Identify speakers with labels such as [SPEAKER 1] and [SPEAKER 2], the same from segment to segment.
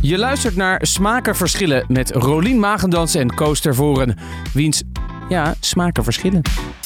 [SPEAKER 1] Je luistert naar Smaken Verschillen met Rolien Magendans en Koos Tervoren. Wiens, smaken verschillen.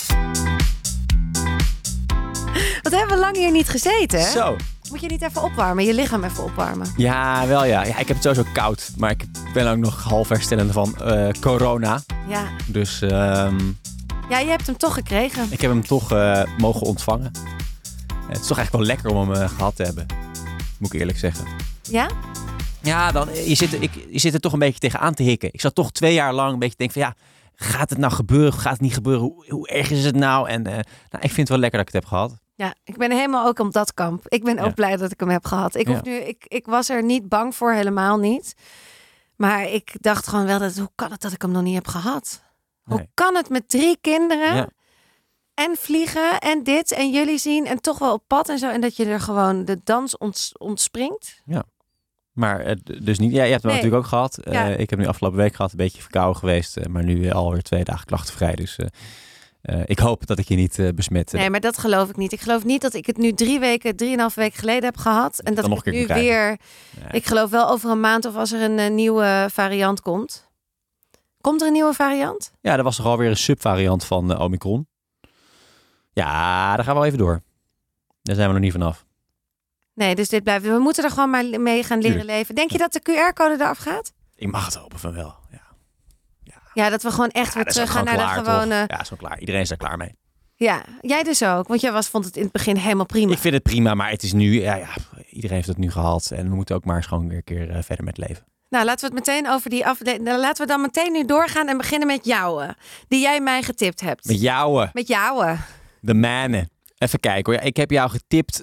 [SPEAKER 2] Wat hebben we lang hier niet gezeten, hè?
[SPEAKER 3] Zo.
[SPEAKER 2] Moet je niet even opwarmen, je lichaam even opwarmen?
[SPEAKER 3] Ja, wel ja. Ik heb het sowieso koud. Maar ik ben ook nog half herstellende van corona.
[SPEAKER 2] Ja.
[SPEAKER 3] Dus
[SPEAKER 2] Ja, je hebt hem toch gekregen.
[SPEAKER 3] ik heb hem toch mogen ontvangen. Het is toch eigenlijk wel lekker om hem gehad te hebben. Moet ik eerlijk zeggen.
[SPEAKER 2] Ja?
[SPEAKER 3] Ja, je zit er toch een beetje tegenaan te hikken. Ik zat toch 2 jaar lang een beetje te denken van gaat het nou gebeuren of gaat het niet gebeuren? Hoe erg is het nou? En ik vind het wel lekker dat ik het heb gehad.
[SPEAKER 2] Ja, ik ben helemaal ook op dat kamp. Ik ben ook blij dat ik hem heb gehad. Ik was er niet bang voor, helemaal niet. Maar ik dacht gewoon wel, hoe kan het dat ik hem nog niet heb gehad?
[SPEAKER 3] Nee.
[SPEAKER 2] Hoe kan het met 3 kinderen
[SPEAKER 3] Ja.
[SPEAKER 2] en vliegen en dit en jullie zien en toch wel op pad en zo. En dat je er gewoon de dans ontspringt.
[SPEAKER 3] Maar dus niet. Ja, je hebt hem
[SPEAKER 2] Nee.
[SPEAKER 3] natuurlijk ook gehad.
[SPEAKER 2] Ja.
[SPEAKER 3] Ik heb nu afgelopen week gehad, een beetje verkouden geweest. Maar nu alweer 2 dagen klachtenvrij. Dus ik hoop dat ik je niet besmet.
[SPEAKER 2] Nee, maar dat geloof ik niet. Ik geloof niet dat ik het nu 3,5 weken geleden heb gehad. En dat
[SPEAKER 3] Dan
[SPEAKER 2] ik
[SPEAKER 3] nog
[SPEAKER 2] het
[SPEAKER 3] een
[SPEAKER 2] nu
[SPEAKER 3] keer
[SPEAKER 2] weer...
[SPEAKER 3] Nee.
[SPEAKER 2] Ik geloof wel over een maand of als er een nieuwe variant komt. Komt er een nieuwe variant?
[SPEAKER 3] Ja, er was toch alweer een subvariant van Omicron. Ja, daar gaan we wel even door. Daar zijn we nog niet vanaf.
[SPEAKER 2] Nee, dus dit blijft. We moeten er gewoon maar mee gaan leren
[SPEAKER 3] Tuurlijk.
[SPEAKER 2] leven. Denk je dat de QR-code eraf gaat?
[SPEAKER 3] Ik mag het hopen van wel. Ja.
[SPEAKER 2] Ja, dat we gewoon echt weer
[SPEAKER 3] dat is ook
[SPEAKER 2] terug gaan naar
[SPEAKER 3] gewoon
[SPEAKER 2] de
[SPEAKER 3] klaar,
[SPEAKER 2] gewone...
[SPEAKER 3] toch? Ja, is wel klaar. Iedereen is daar klaar mee.
[SPEAKER 2] Ja, jij dus ook. Want jij vond het in het begin helemaal prima.
[SPEAKER 3] Ik vind het prima, maar het is nu... Ja, iedereen heeft het nu gehad. En we moeten ook maar eens gewoon weer een keer verder met leven.
[SPEAKER 2] Nou, laten we het meteen over die afdeling... Laten we dan meteen nu doorgaan en beginnen met jouwe. Die jij mij getipt hebt.
[SPEAKER 3] Met jou,
[SPEAKER 2] Met jouwe.
[SPEAKER 3] de mannen. Even kijken hoor. Ja, ik heb jou getipt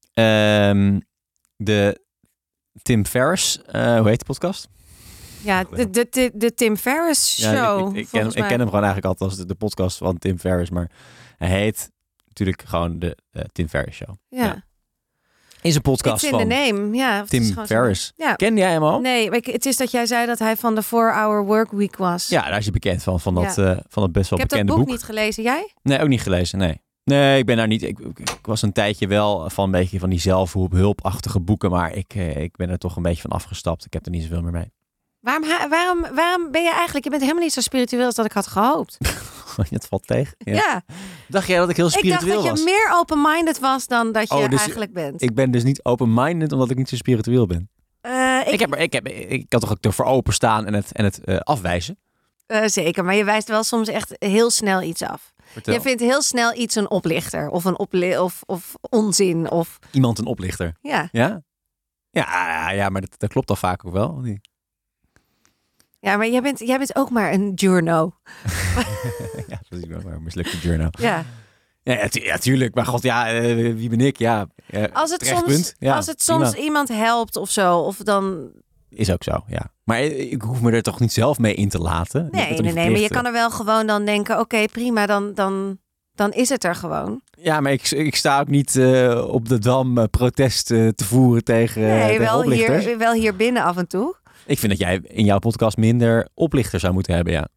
[SPEAKER 3] de Tim Ferriss. Hoe heet de podcast?
[SPEAKER 2] Ja, de Tim Ferriss Show.
[SPEAKER 3] Ja, ik ken
[SPEAKER 2] volgens mij.
[SPEAKER 3] hem gewoon eigenlijk altijd als de podcast van Tim Ferriss. Maar hij heet natuurlijk gewoon de Tim Ferriss Show.
[SPEAKER 2] Ja.
[SPEAKER 3] Is een podcast
[SPEAKER 2] It's in
[SPEAKER 3] van
[SPEAKER 2] the name. Ja, of het is
[SPEAKER 3] Tim
[SPEAKER 2] gewoon zo.
[SPEAKER 3] Ferriss.
[SPEAKER 2] Ja.
[SPEAKER 3] Ken jij hem al?
[SPEAKER 2] Nee, het is dat jij zei dat hij van de 4-Hour Workweek was.
[SPEAKER 3] Ja, daar is je bekend van dat,
[SPEAKER 2] Ja.
[SPEAKER 3] van dat best wel
[SPEAKER 2] Ik heb dat
[SPEAKER 3] bekende
[SPEAKER 2] boek
[SPEAKER 3] boek.
[SPEAKER 2] niet gelezen. Jij?
[SPEAKER 3] Nee, ook niet gelezen, nee. Nee, ik ben daar niet... Ik was een tijdje wel van een beetje van die zelfhulpachtige boeken, maar ik ben er toch een beetje van afgestapt. Ik heb er niet zoveel meer mee.
[SPEAKER 2] Waarom ben je eigenlijk... Je bent helemaal niet zo spiritueel als dat ik had gehoopt.
[SPEAKER 3] Het valt tegen. Ja.
[SPEAKER 2] Ja.
[SPEAKER 3] Dacht jij dat ik heel
[SPEAKER 2] Ik dacht
[SPEAKER 3] spiritueel
[SPEAKER 2] dat
[SPEAKER 3] was?
[SPEAKER 2] je meer open-minded was dan dat je
[SPEAKER 3] dus
[SPEAKER 2] eigenlijk bent.
[SPEAKER 3] Ik ben dus niet open-minded omdat ik niet zo spiritueel ben. Ik kan toch ook ervoor openstaan en het afwijzen?
[SPEAKER 2] Zeker, maar je wijst wel soms echt heel snel iets af.
[SPEAKER 3] Vertel.
[SPEAKER 2] Je vindt heel snel iets een oplichter of of onzin of
[SPEAKER 3] Iemand een oplichter.
[SPEAKER 2] ja.
[SPEAKER 3] Ja? Ja, maar dat klopt dan vaak ook wel. of niet?
[SPEAKER 2] Ja, maar jij bent ook maar een journo.
[SPEAKER 3] Ja, dat is wel maar een mislukte journal.
[SPEAKER 2] Ja.
[SPEAKER 3] Ja, tuurlijk. Maar god, wie ben ik? Ja,
[SPEAKER 2] Als het
[SPEAKER 3] terecht
[SPEAKER 2] soms,
[SPEAKER 3] punt. Ja,
[SPEAKER 2] als het soms
[SPEAKER 3] prima.
[SPEAKER 2] iemand helpt of zo, of dan...
[SPEAKER 3] Is ook zo, ja. Maar ik hoef me er toch niet zelf mee in te laten?
[SPEAKER 2] Nee, maar je kan er wel gewoon dan denken, oké, prima, dan is het er gewoon.
[SPEAKER 3] Ja, maar ik sta ook niet op de Dam protest te voeren tegen,
[SPEAKER 2] Nee,
[SPEAKER 3] tegen oplichters.
[SPEAKER 2] wel hier binnen af en toe.
[SPEAKER 3] Ik vind dat jij in jouw podcast minder oplichters zou moeten hebben, ja.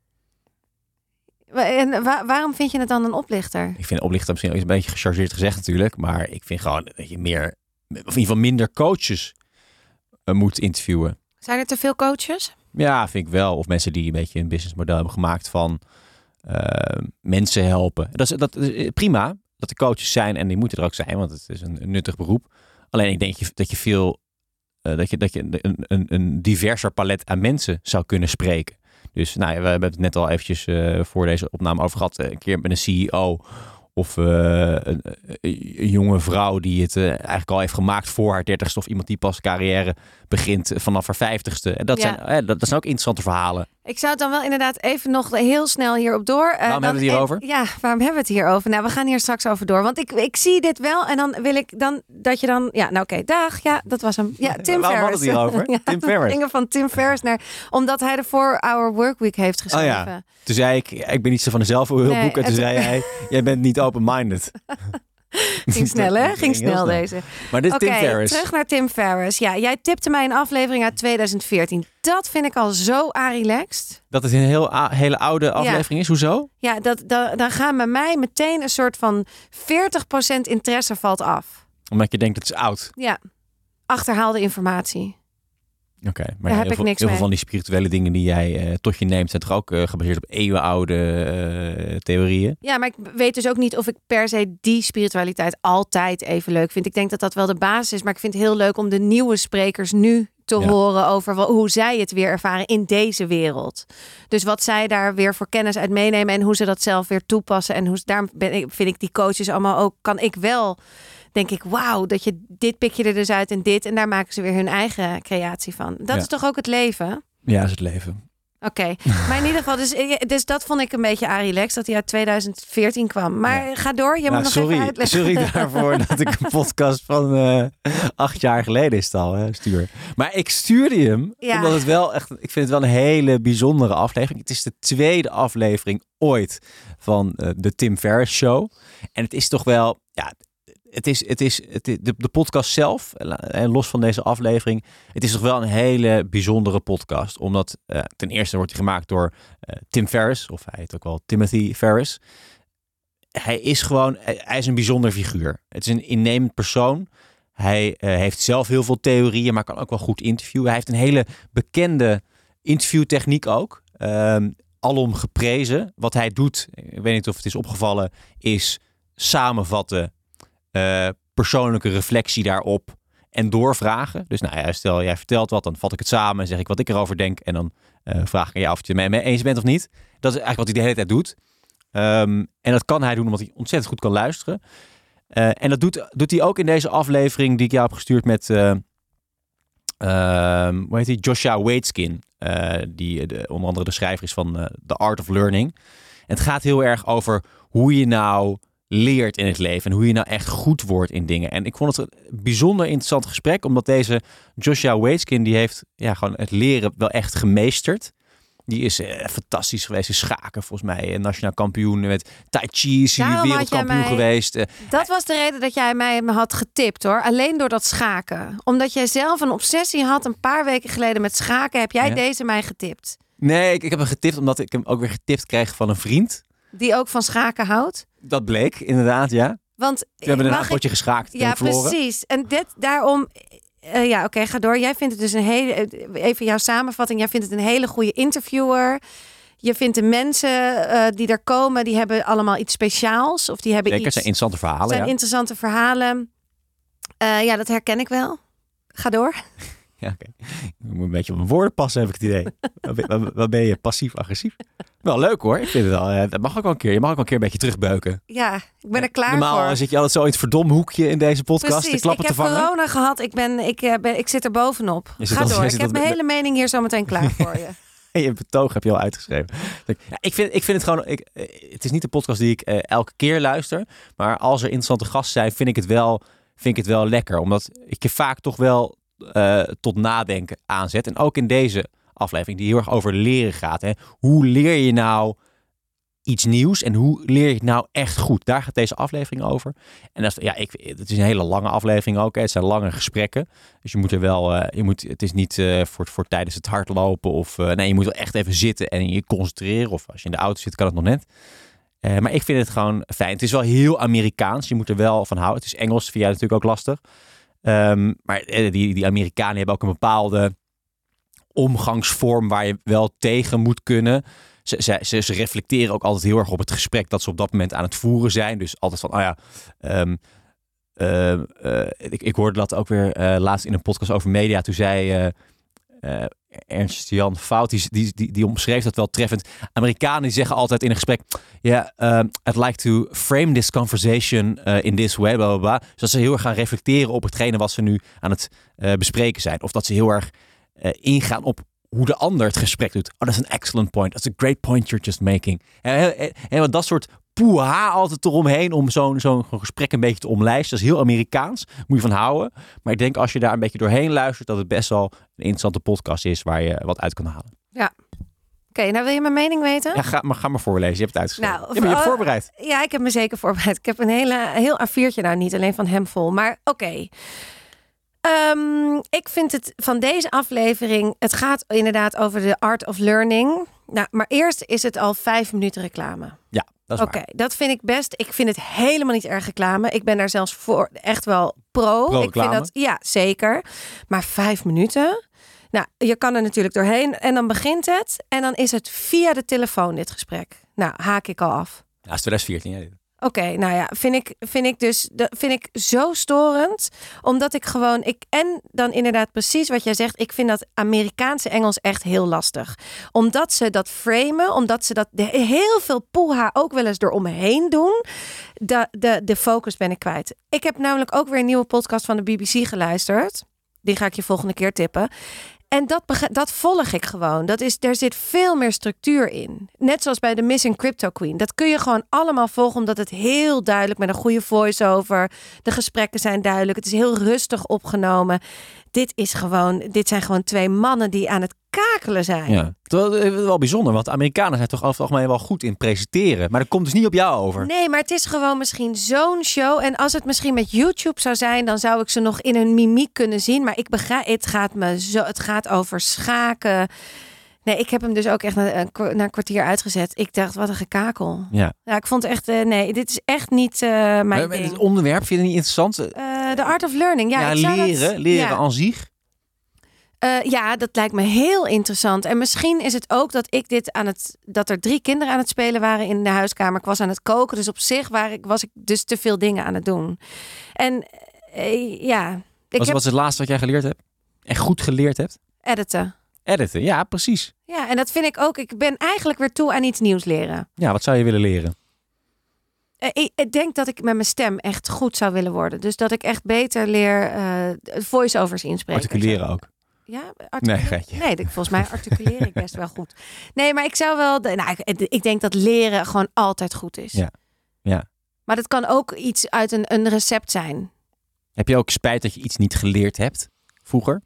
[SPEAKER 2] En waarom vind je het dan een oplichter?
[SPEAKER 3] Ik vind oplichter misschien een beetje gechargeerd gezegd natuurlijk. Maar ik vind gewoon dat je meer, of in ieder geval minder coaches moet interviewen.
[SPEAKER 2] Zijn er te veel coaches?
[SPEAKER 3] Ja, vind ik wel. Of mensen die een beetje een businessmodel hebben gemaakt van mensen helpen. Dat is prima dat er coaches zijn en die moeten er ook zijn, want het is een nuttig beroep. Alleen ik denk dat je veel dat je een diverser palet aan mensen zou kunnen spreken. Dus nou ja, we hebben het net al eventjes voor deze opname over gehad. Een keer met een CEO of een jonge vrouw die het eigenlijk al heeft gemaakt voor haar 30ste. Of iemand die pas carrière begint vanaf haar 50ste. En dat zijn ook interessante verhalen.
[SPEAKER 2] Ik zou het dan wel inderdaad even nog heel snel hierop door.
[SPEAKER 3] Waarom hebben we het hierover?
[SPEAKER 2] Ja, waarom hebben we het hierover? Nou, we gaan hier straks over door. Want ik zie dit wel en dan wil ik dan dat je dan... Ja, nou oké, dag. Ja, dat was hem. Ja, Tim
[SPEAKER 3] Waarom
[SPEAKER 2] Ferriss.
[SPEAKER 3] hadden we het hierover?
[SPEAKER 2] Ja,
[SPEAKER 3] Tim Ferriss.
[SPEAKER 2] we gingen van Tim Ferriss naar... Omdat hij de 4-Hour Workweek heeft geschreven.
[SPEAKER 3] Oh ja. Toen zei ik ben niet zo van de zelfhulpboek.
[SPEAKER 2] Nee,
[SPEAKER 3] En toen zei hij, jij bent niet open-minded.
[SPEAKER 2] Ging snel, hè? Ging
[SPEAKER 3] heel
[SPEAKER 2] snel deze.
[SPEAKER 3] Maar dit is Tim
[SPEAKER 2] Oké,
[SPEAKER 3] Ferriss.
[SPEAKER 2] terug naar Tim Ferriss. Ja, jij tipte mij een aflevering uit 2014. Dat vind ik al zo relaxed.
[SPEAKER 3] Dat het een hele oude aflevering is. Hoezo?
[SPEAKER 2] Ja, dan gaan bij mij meteen een soort van 40% interesse valt af.
[SPEAKER 3] Omdat je denkt, het is oud.
[SPEAKER 2] Ja, achterhaalde informatie.
[SPEAKER 3] Oké, maar
[SPEAKER 2] Daar heb ik niks
[SPEAKER 3] heel veel
[SPEAKER 2] mee.
[SPEAKER 3] van die spirituele dingen die jij tot je neemt, zijn toch ook gebaseerd op eeuwenoude theorieën?
[SPEAKER 2] Ja, maar ik weet dus ook niet of ik per se die spiritualiteit altijd even leuk vind. Ik denk dat dat wel de basis is, maar ik vind het heel leuk om de nieuwe sprekers nu te horen over hoe zij het weer ervaren in deze wereld. Dus wat zij daar weer voor kennis uit meenemen en hoe ze dat zelf weer toepassen. En daarom vind ik die coaches allemaal ook, kan ik wel, denk ik, wauw, dat je dit pik je er dus uit en dit. En daar maken ze weer hun eigen creatie van. Dat is toch ook het leven?
[SPEAKER 3] Ja, dat is het leven.
[SPEAKER 2] Oké, maar in ieder geval, dus dat vond ik een beetje Arilex, dat hij uit 2014 kwam. Maar ga door, je moet nog even uitleggen.
[SPEAKER 3] Sorry daarvoor dat ik een podcast van 8 jaar geleden is het al stuur. Maar ik stuurde hem, omdat het wel echt, ik vind het wel een hele bijzondere aflevering. Het is de 2e aflevering ooit van de Tim Ferriss Show. En het is toch wel, ja, de podcast zelf, en los van deze aflevering, het is toch wel een hele bijzondere podcast. Omdat ten eerste wordt hij gemaakt door Tim Ferriss, of hij heet ook wel Timothy Ferriss. Hij is een bijzonder figuur. Het is een innemend persoon. Hij heeft zelf heel veel theorieën, maar kan ook wel goed interviewen. Hij heeft een hele bekende interviewtechniek ook. Alom geprezen. Wat hij doet, ik weet niet of het is opgevallen, is samenvatten, persoonlijke reflectie daarop en doorvragen. Dus nou ja, stel jij vertelt wat, dan vat ik het samen en zeg ik wat ik erover denk en dan vraag ik aan jou of je het mee eens bent of niet. Dat is eigenlijk wat hij de hele tijd doet. En dat kan hij doen omdat hij ontzettend goed kan luisteren. En dat doet hij ook in deze aflevering die ik jou heb gestuurd met hoe heet hij? Joshua Waitzkin, die onder andere de schrijver is van The Art of Learning. En het gaat heel erg over hoe je nou leert in het leven en hoe je nou echt goed wordt in dingen. En ik vond het een bijzonder interessant gesprek, omdat deze Joshua Waitzkin, die heeft gewoon het leren wel echt gemeesterd. Die is fantastisch geweest in schaken, volgens mij. Nationaal kampioen met Tai Chi, is hij wereldkampioen geweest.
[SPEAKER 2] Dat was de reden dat jij mij had getipt, hoor. Alleen door dat schaken. Omdat jij zelf een obsessie had een paar weken geleden met schaken, heb jij deze mij getipt.
[SPEAKER 3] Nee, ik heb hem getipt omdat ik hem ook weer getipt kreeg van een vriend.
[SPEAKER 2] Die ook van schaken houdt?
[SPEAKER 3] Dat bleek, inderdaad, ja.
[SPEAKER 2] Want
[SPEAKER 3] we hebben een potje geschaakt.
[SPEAKER 2] Ja, precies. En daarom... oké, ga door. Jij vindt het dus even jouw samenvatting. Jij vindt het een hele goede interviewer. Je vindt de mensen die er komen, die hebben allemaal iets speciaals. Of die hebben
[SPEAKER 3] Zeker, zijn interessante verhalen.
[SPEAKER 2] Interessante verhalen. Ja, dat herken ik wel. Ga door.
[SPEAKER 3] Ja, oké. Ik moet een beetje op mijn woorden passen, heb ik het idee. Wat ben je passief-agressief? Wel leuk hoor. Ik vind het al. Dat mag ook wel een keer. Je mag ook wel een keer een beetje terugbuiken.
[SPEAKER 2] Ja, ik ben er klaar voor.
[SPEAKER 3] Normaal zit je altijd zo in het verdomhoekje in deze podcast.
[SPEAKER 2] Precies.
[SPEAKER 3] Te klappen te vangen.
[SPEAKER 2] Ik heb corona gehad. Ik zit er bovenop. Ga door. Ik heb mijn hele mening hier zo meteen klaar voor je.
[SPEAKER 3] Je betoog heb je al uitgeschreven. Ja, ik vind het gewoon... het is niet de podcast die ik elke keer luister. Maar als er interessante gasten zijn, vind ik het wel lekker. Omdat ik je vaak toch wel tot nadenken aanzet. En ook in deze aflevering die heel erg over leren gaat. Hè. Hoe leer je nou iets nieuws en hoe leer je het nou echt goed? Daar gaat deze aflevering over. En dat is, het is een hele lange aflevering ook. Hè. Het zijn lange gesprekken. Dus je moet er wel... het is niet voor tijdens het hardlopen of... nee, je moet wel echt even zitten en je concentreren. Of als je in de auto zit, kan het nog net. Maar ik vind het gewoon fijn. Het is wel heel Amerikaans. Je moet er wel van houden. Het is Engels, vind jij natuurlijk ook lastig. Maar die Amerikanen hebben ook een bepaalde omgangsvorm waar je wel tegen moet kunnen. Ze reflecteren ook altijd heel erg op het gesprek dat ze op dat moment aan het voeren zijn. Dus altijd van, ik hoorde dat ook weer laatst in een podcast over media. Toen zei Ernst Jan Fout, die omschreef dat wel treffend. Amerikanen die zeggen altijd in een gesprek, I'd like to frame this conversation in this way, blah, blah, blah. Dus dat ze heel erg gaan reflecteren op hetgene wat ze nu aan het bespreken zijn. Of dat ze heel erg ingaan op hoe de ander het gesprek doet. Oh, dat is een excellent point. That's a great point you're just making. En dat soort poeha altijd eromheen om zo'n gesprek een beetje te omlijsten. Dat is heel Amerikaans. Moet je van houden. Maar ik denk als je daar een beetje doorheen luistert, dat het best wel een interessante podcast is waar je wat uit kan halen.
[SPEAKER 2] Ja. Oké, nou wil je mijn mening weten?
[SPEAKER 3] Ja, ga maar voorlezen. Je hebt het uitgeschreven.
[SPEAKER 2] Nou,
[SPEAKER 3] je hebt voorbereid.
[SPEAKER 2] Ja, ik heb me zeker voorbereid. Ik heb een heel A4'tje nou niet alleen van hem vol. Maar oké. Ik vind het van deze aflevering... Het gaat inderdaad over de art of learning. Nou, maar eerst is het al 5 minuten reclame.
[SPEAKER 3] Ja, dat is waar.
[SPEAKER 2] Oké, dat vind ik best. Ik vind het helemaal niet erg reclame. Ik ben daar zelfs voor echt wel pro. Ik vind dat, ja, zeker. Maar 5 minuten... Nou, je kan er natuurlijk doorheen en dan begint het. En dan is het via de telefoon dit gesprek. Nou, haak ik al af.
[SPEAKER 3] Ja, dat is 2014. Ja.
[SPEAKER 2] Oké, nou ja, vind ik zo storend. Omdat en dan inderdaad precies wat jij zegt. Ik vind dat Amerikaanse Engels echt heel lastig. Omdat ze dat framen, omdat ze dat heel veel poeha ook wel eens eromheen doen. De focus ben ik kwijt. Ik heb namelijk ook weer een nieuwe podcast van de BBC geluisterd. Die ga ik je volgende keer tippen. En dat volg ik gewoon. Er zit veel meer structuur in. Net zoals bij de Missing Crypto Queen. Dat kun je gewoon allemaal volgen, omdat het heel duidelijk met een goede voice-over. De gesprekken zijn duidelijk. Het is heel rustig opgenomen. Dit zijn gewoon twee mannen die aan het kakelen zijn.
[SPEAKER 3] Ja. Het is wel bijzonder, want de Amerikanen zijn toch over het algemeen wel goed in presenteren. Maar dat komt dus niet op jou over.
[SPEAKER 2] Nee, maar het is gewoon misschien zo'n show. En als het misschien met YouTube zou zijn, dan zou ik ze nog in hun mimiek kunnen zien. Maar ik begrijp, het gaat over schaken. Nee, ik heb hem dus ook echt na een kwartier uitgezet. Ik dacht, wat een gekakel.
[SPEAKER 3] Ja.
[SPEAKER 2] Ja, ik vond echt, nee, dit is echt niet mijn ding.
[SPEAKER 3] Het onderwerp, vind je het niet interessant?
[SPEAKER 2] The Art of Learning. Ja,
[SPEAKER 3] leren aan zich.
[SPEAKER 2] Ja, dat lijkt me heel interessant. En misschien is het ook dat er 3 kinderen aan het spelen waren in de huiskamer. Ik was aan het koken, dus op zich was ik dus te veel dingen aan het doen. En ja.
[SPEAKER 3] Wat is het laatste wat jij geleerd hebt? En goed geleerd hebt?
[SPEAKER 2] Editen,
[SPEAKER 3] ja, precies.
[SPEAKER 2] Ja, en dat vind ik ook. Ik ben eigenlijk weer toe aan iets nieuws leren.
[SPEAKER 3] Ja, wat zou je willen leren?
[SPEAKER 2] Ik denk dat ik met mijn stem echt goed zou willen worden. Dus dat ik echt beter leer voice-overs inspreken.
[SPEAKER 3] Articuleren ook.
[SPEAKER 2] Ja,
[SPEAKER 3] Nee,
[SPEAKER 2] volgens mij articuleer ik best wel goed. Nee, maar ik zou wel... ik denk dat leren gewoon altijd goed is.
[SPEAKER 3] Ja.
[SPEAKER 2] Maar dat kan ook iets uit een recept zijn.
[SPEAKER 3] Heb je ook spijt dat je iets niet geleerd hebt vroeger?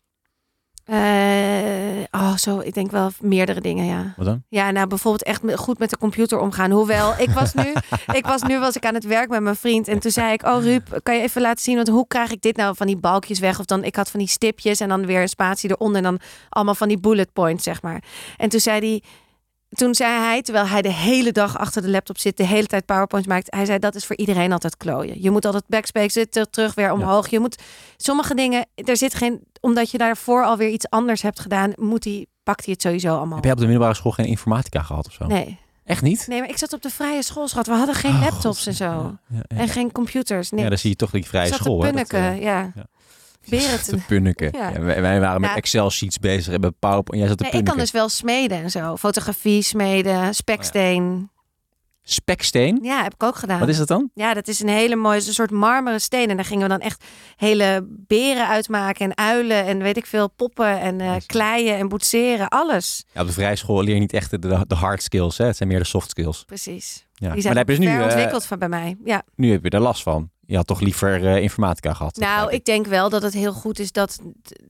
[SPEAKER 2] Ik denk wel meerdere dingen, ja.
[SPEAKER 3] Wat dan?
[SPEAKER 2] Ja, nou bijvoorbeeld echt goed met de computer omgaan. Hoewel, was ik aan het werk met mijn vriend. En toen zei ik, Ruud, kan je even laten zien, want hoe krijg ik dit nou van die balkjes weg? Of dan, ik had van die stipjes en dan weer een spatie eronder. En dan allemaal van die bullet points, zeg maar. En toen zei hij, terwijl hij de hele dag achter de laptop zit, de hele tijd PowerPoints maakt. Hij zei, dat is voor iedereen altijd klooien. Je moet altijd backspace zitten, terug weer omhoog. Ja. Je moet sommige dingen, omdat je daarvoor alweer iets anders hebt gedaan, pakt hij het sowieso allemaal.
[SPEAKER 3] Heb jij op de middelbare school geen informatica gehad of zo?
[SPEAKER 2] Nee.
[SPEAKER 3] Echt niet?
[SPEAKER 2] Nee, maar ik zat op de vrije school, schat. We hadden geen laptops en zo. Ja. En geen computers. Niks.
[SPEAKER 3] Ja, dan zie je toch die vrije school.
[SPEAKER 2] Te punniken, ja.
[SPEAKER 3] Te punniken. Ja. Ja, wij waren met Excel-sheets bezig en met PowerPoint. Jij zat te punniken.
[SPEAKER 2] Ik kan dus wel smeden en zo. Fotografie, smeden, speksteen.
[SPEAKER 3] Speksteen?
[SPEAKER 2] Ja, heb ik ook gedaan.
[SPEAKER 3] Wat is dat dan?
[SPEAKER 2] Ja, dat is een hele mooie soort marmeren steen. En daar gingen we dan echt hele beren uitmaken en uilen en weet ik veel, poppen en kleien en boetseren, alles.
[SPEAKER 3] Ja, op de vrije school leer je niet echt de hard skills, hè? Het zijn meer de soft skills.
[SPEAKER 2] Precies.
[SPEAKER 3] Ja.
[SPEAKER 2] Die zijn
[SPEAKER 3] maar
[SPEAKER 2] ver nu ontwikkeld van bij mij. Ja.
[SPEAKER 3] Nu heb je er last van. Je had toch liever informatica gehad?
[SPEAKER 2] Nou, ik denk wel dat het heel goed is dat...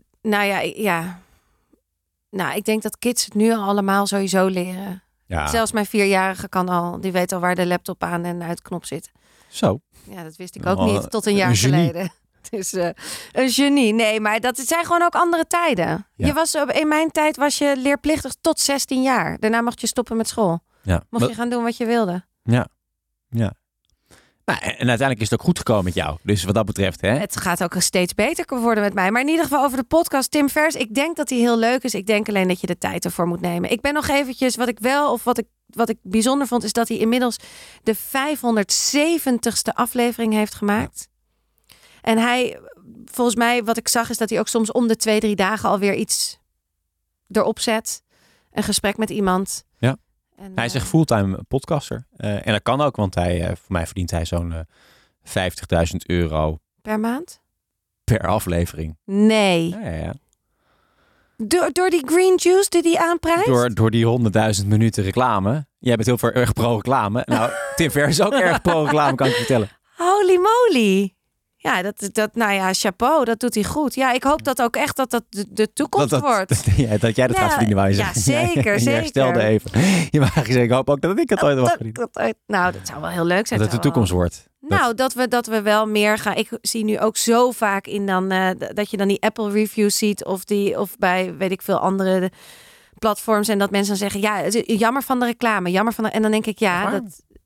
[SPEAKER 2] ik denk dat kids het nu allemaal sowieso leren. Ja. Zelfs mijn 4-jarige die weet al waar de laptop aan en uit knop zit.
[SPEAKER 3] Zo.
[SPEAKER 2] Ja, dat wist ik ook niet tot een jaar geleden. Dus een genie. Nee, maar dat zijn gewoon ook andere tijden. Ja. In mijn tijd was je leerplichtig tot 16 jaar. Daarna mocht je stoppen met school. Ja. Mocht je gaan doen wat je wilde.
[SPEAKER 3] Ja. Nou, en uiteindelijk is het ook goed gekomen met jou. Dus wat dat betreft, hè?
[SPEAKER 2] Het gaat ook steeds beter worden met mij. Maar in ieder geval over de podcast Tim Ferriss. Ik denk dat hij heel leuk is. Ik denk alleen dat je de tijd ervoor moet nemen. Ik ben nog eventjes, wat ik bijzonder vond, is dat hij inmiddels de 570ste aflevering heeft gemaakt. Ja. En hij, volgens mij, wat ik zag, is dat hij ook soms om de 2-3 dagen alweer iets erop zet. Een gesprek met iemand.
[SPEAKER 3] Ja. En, hij is echt fulltime podcaster. En dat kan ook, want voor mij verdient hij zo'n €50.000
[SPEAKER 2] per maand?
[SPEAKER 3] Per aflevering.
[SPEAKER 2] Nee.
[SPEAKER 3] Ja.
[SPEAKER 2] Door die green juice die hij aanprijst?
[SPEAKER 3] Door die 100.000 minuten reclame. Jij bent heel erg pro-reclame. Nou, Tim Ferriss is ook erg pro-reclame, kan ik je vertellen.
[SPEAKER 2] Holy moly. Ja, chapeau, dat doet hij goed. Ja, ik hoop dat ook echt dat de toekomst wordt.
[SPEAKER 3] Dat jij dat gaat verdienen, wou je zeggen.
[SPEAKER 2] Ja, zeker.
[SPEAKER 3] Je herstelde even. Je mag zeggen, ik hoop ook dat ik het ooit mag verdienen.
[SPEAKER 2] Nou, dat zou wel heel leuk zijn.
[SPEAKER 3] Dat het de toekomst wordt.
[SPEAKER 2] Nou, dat we wel meer gaan. Ik zie nu ook zo vaak in dat je dan die Apple reviews ziet of bij weet ik veel andere platforms en dat mensen dan zeggen, ja, jammer van de reclame, en dan denk ik,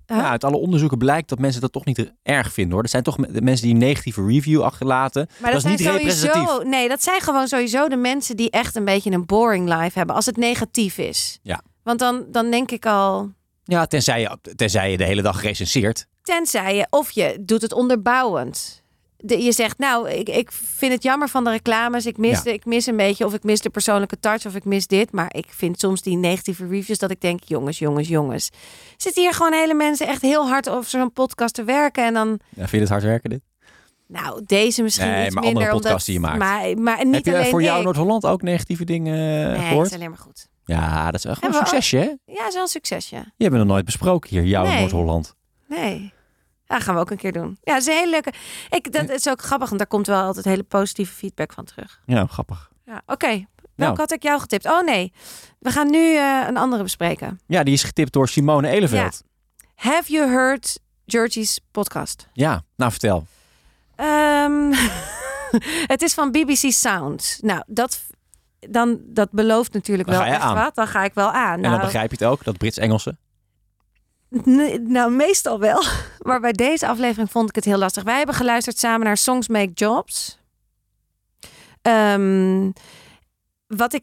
[SPEAKER 3] Ja, uit alle onderzoeken blijkt dat mensen dat toch niet erg vinden, hoor. Er zijn toch de mensen die een negatieve review achterlaten.
[SPEAKER 2] Maar
[SPEAKER 3] dat is niet representatief.
[SPEAKER 2] Nee, dat zijn gewoon sowieso de mensen die echt een beetje een boring life hebben. Als het negatief is.
[SPEAKER 3] Ja.
[SPEAKER 2] Want dan denk ik al...
[SPEAKER 3] Ja, tenzij je de hele dag recenseert.
[SPEAKER 2] Tenzij je, of je doet het onderbouwend. Je zegt, nou, ik vind het jammer van de reclames. Ik mis een beetje, of ik mis de persoonlijke touch, of ik mis dit. Maar ik vind soms die negatieve reviews dat ik denk, jongens. Zitten hier gewoon hele mensen echt heel hard over zo'n podcast te werken. En dan...
[SPEAKER 3] Ja, vind je het hard werken, dit?
[SPEAKER 2] Nou, deze misschien iets
[SPEAKER 3] maar
[SPEAKER 2] minder.
[SPEAKER 3] andere podcasts die je maakt.
[SPEAKER 2] Maar niet
[SPEAKER 3] heb je
[SPEAKER 2] alleen
[SPEAKER 3] voor jou Noord-Holland ook negatieve dingen gehoord?
[SPEAKER 2] Nee, het is alleen maar goed.
[SPEAKER 3] Ja, dat is echt een succesje, hè?
[SPEAKER 2] Ja, het is wel een succesje.
[SPEAKER 3] Je hebt het nog nooit besproken hier, jouw Noord-Holland.
[SPEAKER 2] Nee. Ja, gaan we ook een keer doen. Ja, het is een hele leuke... Dat is ook grappig, want daar komt wel altijd hele positieve feedback van terug.
[SPEAKER 3] Ja, grappig.
[SPEAKER 2] Ja, oké. Welke had ik jou getipt? Oh nee, we gaan nu een andere bespreken.
[SPEAKER 3] Ja, die is getipt door Simone Eleveld.
[SPEAKER 2] Ja. Have you heard Georgie's podcast?
[SPEAKER 3] Ja, nou vertel.
[SPEAKER 2] Het is van BBC Sound. Nou, dat belooft natuurlijk wel echt wat. Dan ga ik wel aan.
[SPEAKER 3] En dan begrijp je het ook, dat Brits-Engelse?
[SPEAKER 2] Nou, meestal wel. Maar bij deze aflevering vond ik het heel lastig. Wij hebben geluisterd samen naar Songs Make Jobs. Wat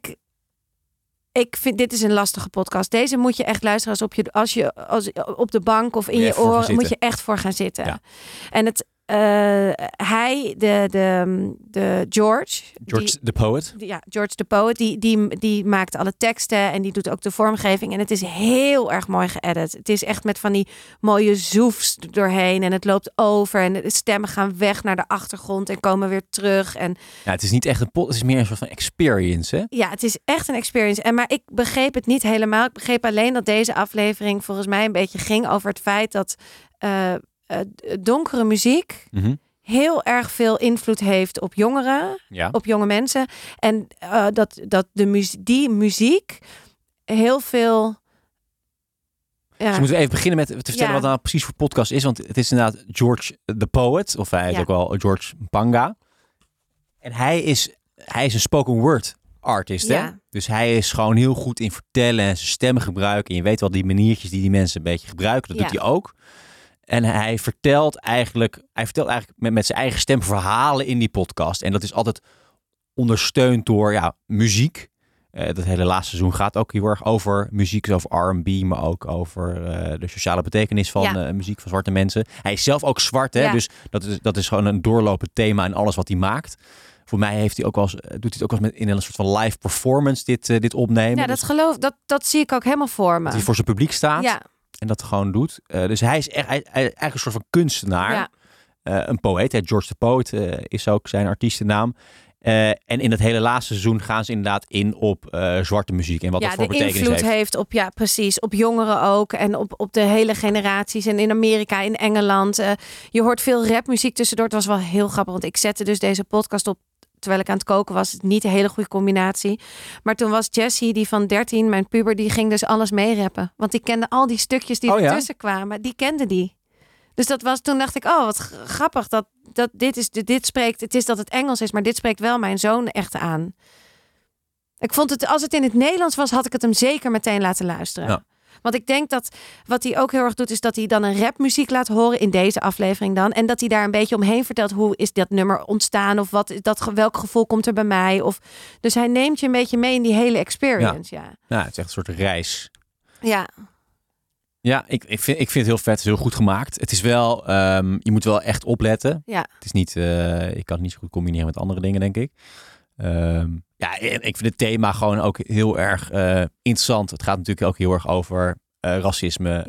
[SPEAKER 2] ik vind, dit is een lastige podcast. Deze moet je echt luisteren als je op de bank of in je oren moet je echt voor gaan zitten. Ja. En het hij, de George
[SPEAKER 3] the Poet.
[SPEAKER 2] George the Poet, die maakt alle teksten en die doet ook de vormgeving. En het is heel erg mooi geëdit. Het is echt met van die mooie zoefs doorheen en het loopt over en de stemmen gaan weg naar de achtergrond en komen weer terug. En
[SPEAKER 3] ja, het is niet echt het is meer een soort van experience, hè?
[SPEAKER 2] Ja, het is echt een experience. Maar ik begreep het niet helemaal. Ik begreep alleen dat deze aflevering volgens mij een beetje ging over het feit dat donkere muziek heel erg veel invloed heeft op jongeren, op jonge mensen. En dat die muziek heel veel... Ja.
[SPEAKER 3] Dus moeten we even beginnen met te vertellen wat nou precies voor podcast is. Want het is inderdaad George the Poet, of hij is ook wel George Mpanga. En hij is een spoken word artist, hè? Dus hij is gewoon heel goed in vertellen en zijn stem gebruiken. En je weet wel die maniertjes die mensen een beetje gebruiken. Dat doet hij ook. En hij vertelt eigenlijk met zijn eigen stem verhalen in die podcast. En dat is altijd ondersteund door muziek. Dat hele laatste seizoen gaat ook heel erg over muziek, dus over R&B, maar ook over de sociale betekenis van muziek van zwarte mensen. Hij is zelf ook zwart, hè? Dus dat is gewoon een doorlopend thema in alles wat hij maakt. Voor mij heeft hij ook wel eens, doet hij het ook wel eens in een soort van live performance dit opnemen.
[SPEAKER 2] Ja, dat zie ik ook helemaal voor me.
[SPEAKER 3] Dat hij voor zijn publiek staat.
[SPEAKER 2] Ja.
[SPEAKER 3] En dat gewoon doet. Dus hij is eigenlijk een soort van kunstenaar.
[SPEAKER 2] Ja.
[SPEAKER 3] Een poëet. George the Poet is ook zijn artiestennaam. En in het hele laatste seizoen gaan ze inderdaad in op zwarte muziek. En wat dat voor betekenis heeft.
[SPEAKER 2] Ja, de invloed heeft op, precies. Op jongeren ook. En op de hele generaties. En in Amerika, in Engeland. Je hoort veel rapmuziek tussendoor. Het was wel heel grappig. Want ik zette dus deze podcast op terwijl ik aan het koken was. Het niet een hele goede combinatie. Maar toen was Jessie, die van 13, mijn puber, die ging dus alles meerappen. Want die kende al die stukjes die ertussen kwamen. Die kende die. Dus toen dacht ik, wat grappig. Dat dit spreekt, het is dat het Engels is, maar dit spreekt wel mijn zoon echt aan. Ik vond het, als het in het Nederlands was, had ik het hem zeker meteen laten luisteren. Ja. Want ik denk dat wat hij ook heel erg doet, is dat hij dan een rapmuziek laat horen in deze aflevering dan. En dat hij daar een beetje omheen vertelt, hoe is dat nummer ontstaan? Of welk gevoel komt er bij mij? Dus hij neemt je een beetje mee in die hele experience.
[SPEAKER 3] Ja, het is echt een soort reis.
[SPEAKER 2] Ja.
[SPEAKER 3] Ja, ik vind het heel vet. Het is heel goed gemaakt. Het is wel, je moet wel echt opletten.
[SPEAKER 2] Ja.
[SPEAKER 3] Het is niet, ik kan het niet zo goed combineren met andere dingen, denk ik. Ik vind het thema gewoon ook heel erg interessant. Het gaat natuurlijk ook heel erg over racisme,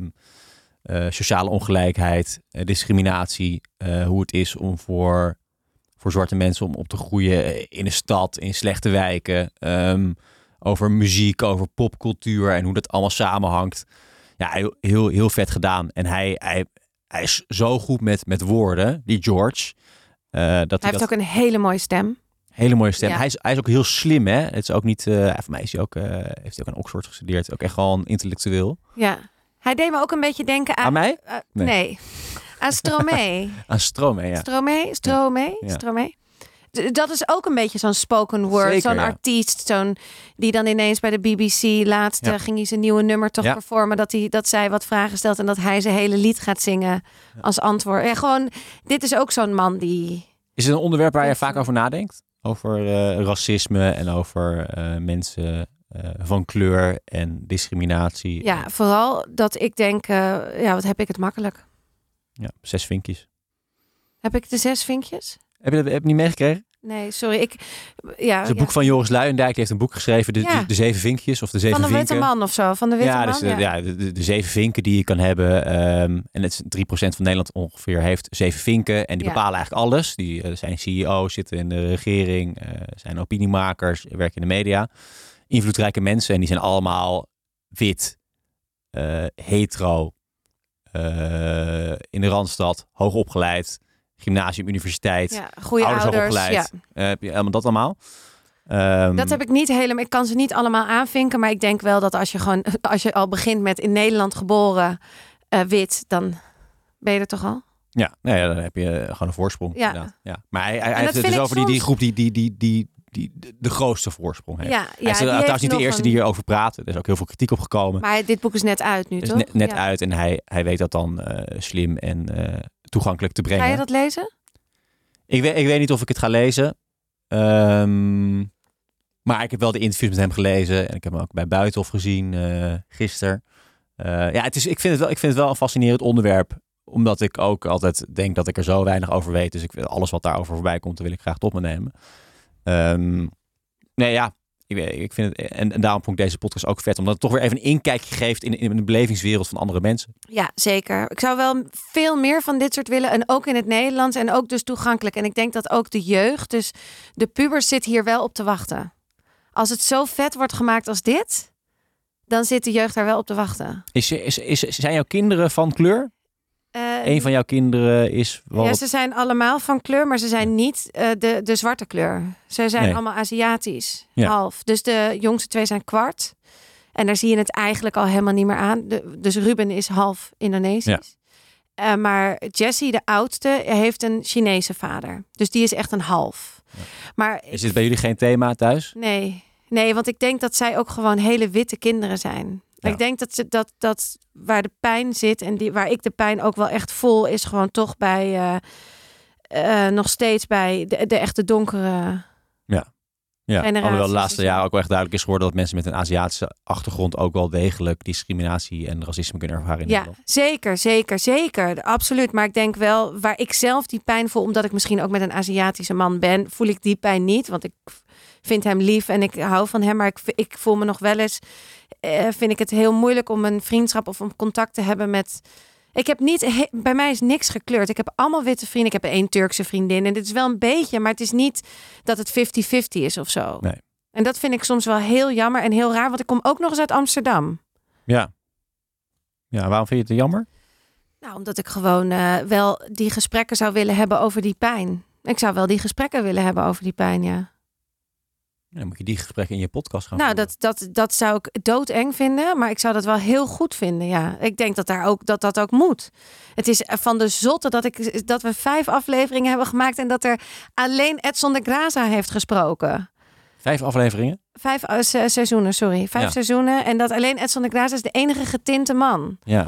[SPEAKER 3] sociale ongelijkheid, discriminatie. Hoe het is om voor zwarte mensen om op te groeien in een stad, in slechte wijken. Over muziek, over popcultuur en hoe dat allemaal samenhangt. Ja, heel, heel vet gedaan. En hij is zo goed met woorden, die George.
[SPEAKER 2] Hij heeft ook een hele mooie stem.
[SPEAKER 3] Hele mooie stem. Ja. Hij is ook heel slim, hè? Het is ook niet. Voor mij is hij ook, heeft hij ook aan Oxford gestudeerd. Ook echt gewoon intellectueel.
[SPEAKER 2] Ja. Hij deed me ook een beetje denken aan
[SPEAKER 3] mij?
[SPEAKER 2] Nee. Aan Stromae.
[SPEAKER 3] Aan Stromae, ja.
[SPEAKER 2] Stromae. Dat is ook een beetje zo'n spoken word.
[SPEAKER 3] Zeker,
[SPEAKER 2] zo'n
[SPEAKER 3] ja.
[SPEAKER 2] artiest. Die dan ineens bij de BBC laatst ging hij zijn nieuwe nummer toch performen. Dat zij wat vragen stelt en dat hij zijn hele lied gaat zingen als antwoord. En gewoon, dit is ook zo'n man die...
[SPEAKER 3] Is het een onderwerp waar je vaak over nadenkt? Over racisme en over mensen van kleur en discriminatie?
[SPEAKER 2] Ja, vooral dat ik denk, wat heb ik het makkelijk.
[SPEAKER 3] Ja, 6 vinkjes.
[SPEAKER 2] Heb ik de 6 vinkjes?
[SPEAKER 3] Heb je het niet meegekregen?
[SPEAKER 2] Nee, sorry.
[SPEAKER 3] Het is een boek van Joris Luijendijk. Die heeft een boek geschreven, de 7 vinkjes of de 7
[SPEAKER 2] vinken. Van de
[SPEAKER 3] vinken.
[SPEAKER 2] Witte Man of zo. Van de Witte Man.
[SPEAKER 3] Dus de 7 vinken die je kan hebben. En het is 3% van Nederland ongeveer heeft 7 vinken. En die bepalen eigenlijk alles. Die zijn CEO's, zitten in de regering, zijn opiniemakers, werken in de media. Invloedrijke mensen. En die zijn allemaal wit, hetero, in de Randstad, hoog opgeleid, gymnasium, universiteit,
[SPEAKER 2] goede ouders
[SPEAKER 3] opgeleid. Heb je helemaal dat allemaal?
[SPEAKER 2] Dat heb ik niet helemaal. Ik kan ze niet allemaal aanvinken, maar ik denk wel dat als je al begint met in Nederland geboren wit, dan ben je er toch al?
[SPEAKER 3] Ja, dan heb je gewoon een voorsprong.
[SPEAKER 2] Ja.
[SPEAKER 3] Maar hij heeft het dus over die groep die de grootste voorsprong heeft. Hij is trouwens niet de eerste die hierover praat. Er is ook heel veel kritiek op gekomen.
[SPEAKER 2] Maar dit boek is net uit nu, toch?
[SPEAKER 3] Is net uit en hij weet dat dan slim en toegankelijk te brengen.
[SPEAKER 2] Ga je dat lezen?
[SPEAKER 3] Ik weet niet of ik het ga lezen. Maar ik heb wel de interviews met hem gelezen. En ik heb hem ook bij Buitenhof gezien gisteren. Ik vind het wel een fascinerend onderwerp. Omdat ik ook altijd denk dat ik er zo weinig over weet. Dus alles wat daarover voorbij komt, wil ik graag tot me nemen. Ik vind het, en daarom vond ik deze podcast ook vet. Omdat het toch weer even een inkijkje geeft in de belevingswereld van andere mensen.
[SPEAKER 2] Ja, zeker. Ik zou wel veel meer van dit soort willen. En ook in het Nederlands. En ook dus toegankelijk. En ik denk dat ook de jeugd, dus de pubers, zit hier wel op te wachten. Als het zo vet wordt gemaakt als dit, dan zit de jeugd daar wel op te wachten.
[SPEAKER 3] Zijn jouw kinderen van kleur? Een van jouw kinderen is...
[SPEAKER 2] Ja, ze zijn allemaal van kleur, maar ze zijn niet de zwarte kleur. Ze zijn allemaal Aziatisch, half. Dus de jongste 2 zijn kwart. En daar zie je het eigenlijk al helemaal niet meer aan. Dus Ruben is half Indonesisch. Ja. Maar Jessie, de oudste, heeft een Chinese vader. Dus die is echt een half. Ja. Maar
[SPEAKER 3] is dit bij jullie geen thema thuis?
[SPEAKER 2] Nee, want ik denk dat zij ook gewoon hele witte kinderen zijn. Ja. Ik denk dat waar de pijn zit en waar ik de pijn ook wel echt voel, is gewoon toch bij nog steeds bij de echte donkere generaties.
[SPEAKER 3] Alhoewel de laatste jaren ook wel echt duidelijk is geworden dat mensen met een Aziatische achtergrond ook wel degelijk discriminatie en racisme kunnen ervaren in Nederland.
[SPEAKER 2] Zeker. Absoluut. Maar ik denk wel, waar ik zelf die pijn voel, omdat ik misschien ook met een Aziatische man ben, voel ik die pijn niet. Want ik vind hem lief en ik hou van hem. Maar ik voel me nog wel eens, vind ik het heel moeilijk om een vriendschap of om contact te hebben met... bij mij is niks gekleurd. Ik heb allemaal witte vrienden. Ik heb 1 Turkse vriendin. En dit is wel een beetje, maar het is niet dat het 50-50 is of zo.
[SPEAKER 3] Nee.
[SPEAKER 2] En dat vind ik soms wel heel jammer en heel raar. Want ik kom ook nog eens uit Amsterdam.
[SPEAKER 3] Ja, waarom vind je het te jammer?
[SPEAKER 2] Nou, omdat ik gewoon wel die gesprekken zou willen hebben over die pijn. Ik zou wel die gesprekken willen hebben over die pijn, ja.
[SPEAKER 3] Dan moet je die gesprekken in je podcast gaan
[SPEAKER 2] voeren. Dat zou ik doodeng vinden, maar ik zou dat wel heel goed vinden, ja. Ik denk dat ook moet. Het is van de zotte dat we 5 afleveringen hebben gemaakt en dat er alleen Edson de Graza heeft gesproken.
[SPEAKER 3] 5 afleveringen?
[SPEAKER 2] 5 seizoenen, sorry. 5 seizoenen en dat alleen Edson de Graza is de enige getinte man.
[SPEAKER 3] Ja.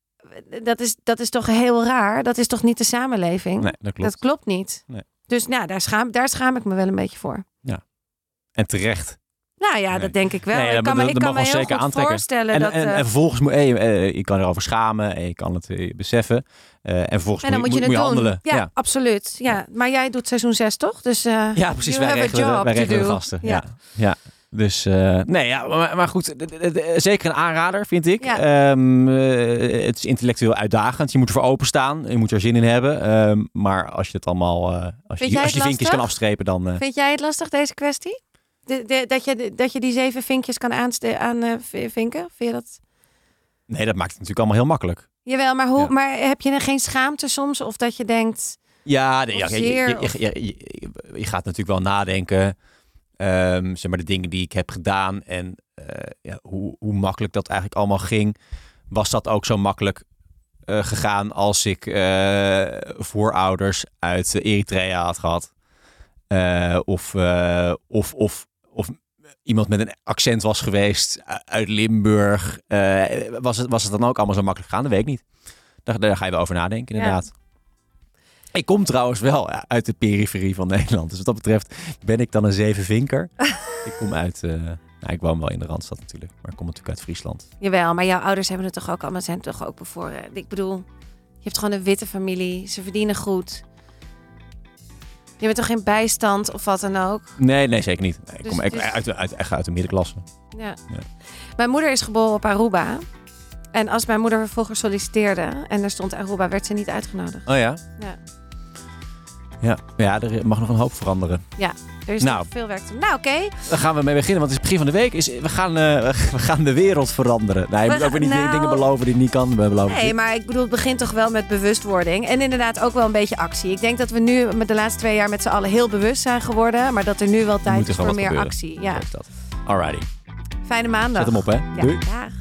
[SPEAKER 2] Dat is toch heel raar? Dat is toch niet de samenleving?
[SPEAKER 3] Nee, dat klopt.
[SPEAKER 2] Dat klopt niet. Nee. Dus daar schaam ik me wel een beetje voor.
[SPEAKER 3] Ja. En terecht.
[SPEAKER 2] Nou ja, dat denk ik wel. Ik kan me heel goed voorstellen dat...
[SPEAKER 3] En vervolgens moet je kan erover schamen en je kan het beseffen. En vervolgens
[SPEAKER 2] dan moet je
[SPEAKER 3] handelen.
[SPEAKER 2] Ja, absoluut. Ja. Maar jij doet seizoen 6, toch? Dus,
[SPEAKER 3] ja, precies. Wij regelen de gasten. Ja. Dus, maar goed. Zeker een aanrader, vind ik.
[SPEAKER 2] Ja.
[SPEAKER 3] Het is intellectueel uitdagend. Je moet ervoor openstaan. Je moet er zin in hebben. Maar als je het allemaal... Als je die vinkjes kan afstrepen, dan...
[SPEAKER 2] Vind jij het lastig, deze kwestie? Dat je die 7 vinkjes kan aanvinken? Vind je dat?
[SPEAKER 3] Nee, dat maakt het natuurlijk allemaal heel makkelijk.
[SPEAKER 2] Jawel, maar heb je er geen schaamte soms? Of dat je denkt...
[SPEAKER 3] Ja, je gaat natuurlijk wel nadenken. Zeg maar de dingen die ik heb gedaan. En hoe makkelijk dat eigenlijk allemaal ging. Was dat ook zo makkelijk gegaan als ik voorouders uit Eritrea had gehad? Of iemand met een accent was geweest uit Limburg. Was het dan ook allemaal zo makkelijk gaan? Dat weet ik niet. Daar ga je wel over nadenken, inderdaad. Ja. Ik kom trouwens wel uit de periferie van Nederland. Dus wat dat betreft ben ik dan een zevenvinker. Ik kom uit... ik woon wel in de Randstad natuurlijk. Maar ik kom natuurlijk uit Friesland.
[SPEAKER 2] Jawel, maar jouw ouders hebben het toch ook allemaal... zijn toch ook bevoorrecht. Ik bedoel, je hebt gewoon een witte familie. Ze verdienen goed. Je bent toch geen bijstand of wat dan ook?
[SPEAKER 3] Nee, zeker niet. Nee, ik kom echt uit de middenklasse.
[SPEAKER 2] Ja. Mijn moeder is geboren op Aruba. En als mijn moeder vervolgens solliciteerde en er stond Aruba, werd ze niet uitgenodigd.
[SPEAKER 3] Oh ja?
[SPEAKER 2] Ja.
[SPEAKER 3] Ja, er mag nog een hoop veranderen.
[SPEAKER 2] Ja, er is nog veel werk te doen. Nou, oké.
[SPEAKER 3] Daar gaan we mee beginnen, want het is het begin van de week. We gaan de wereld veranderen. Nou, je moet ook weer niet dingen beloven die niet kan.
[SPEAKER 2] Nee, maar ik bedoel, het begint toch wel met bewustwording. En inderdaad ook wel een beetje actie. Ik denk dat we nu met de laatste 2 jaar met z'n allen heel bewust zijn geworden. Maar dat er nu wel tijd is voor meer actie. Ja.
[SPEAKER 3] Alrighty.
[SPEAKER 2] Fijne maandag.
[SPEAKER 3] Zet hem op, hè.
[SPEAKER 2] Ja,
[SPEAKER 3] Doei.
[SPEAKER 2] Dag.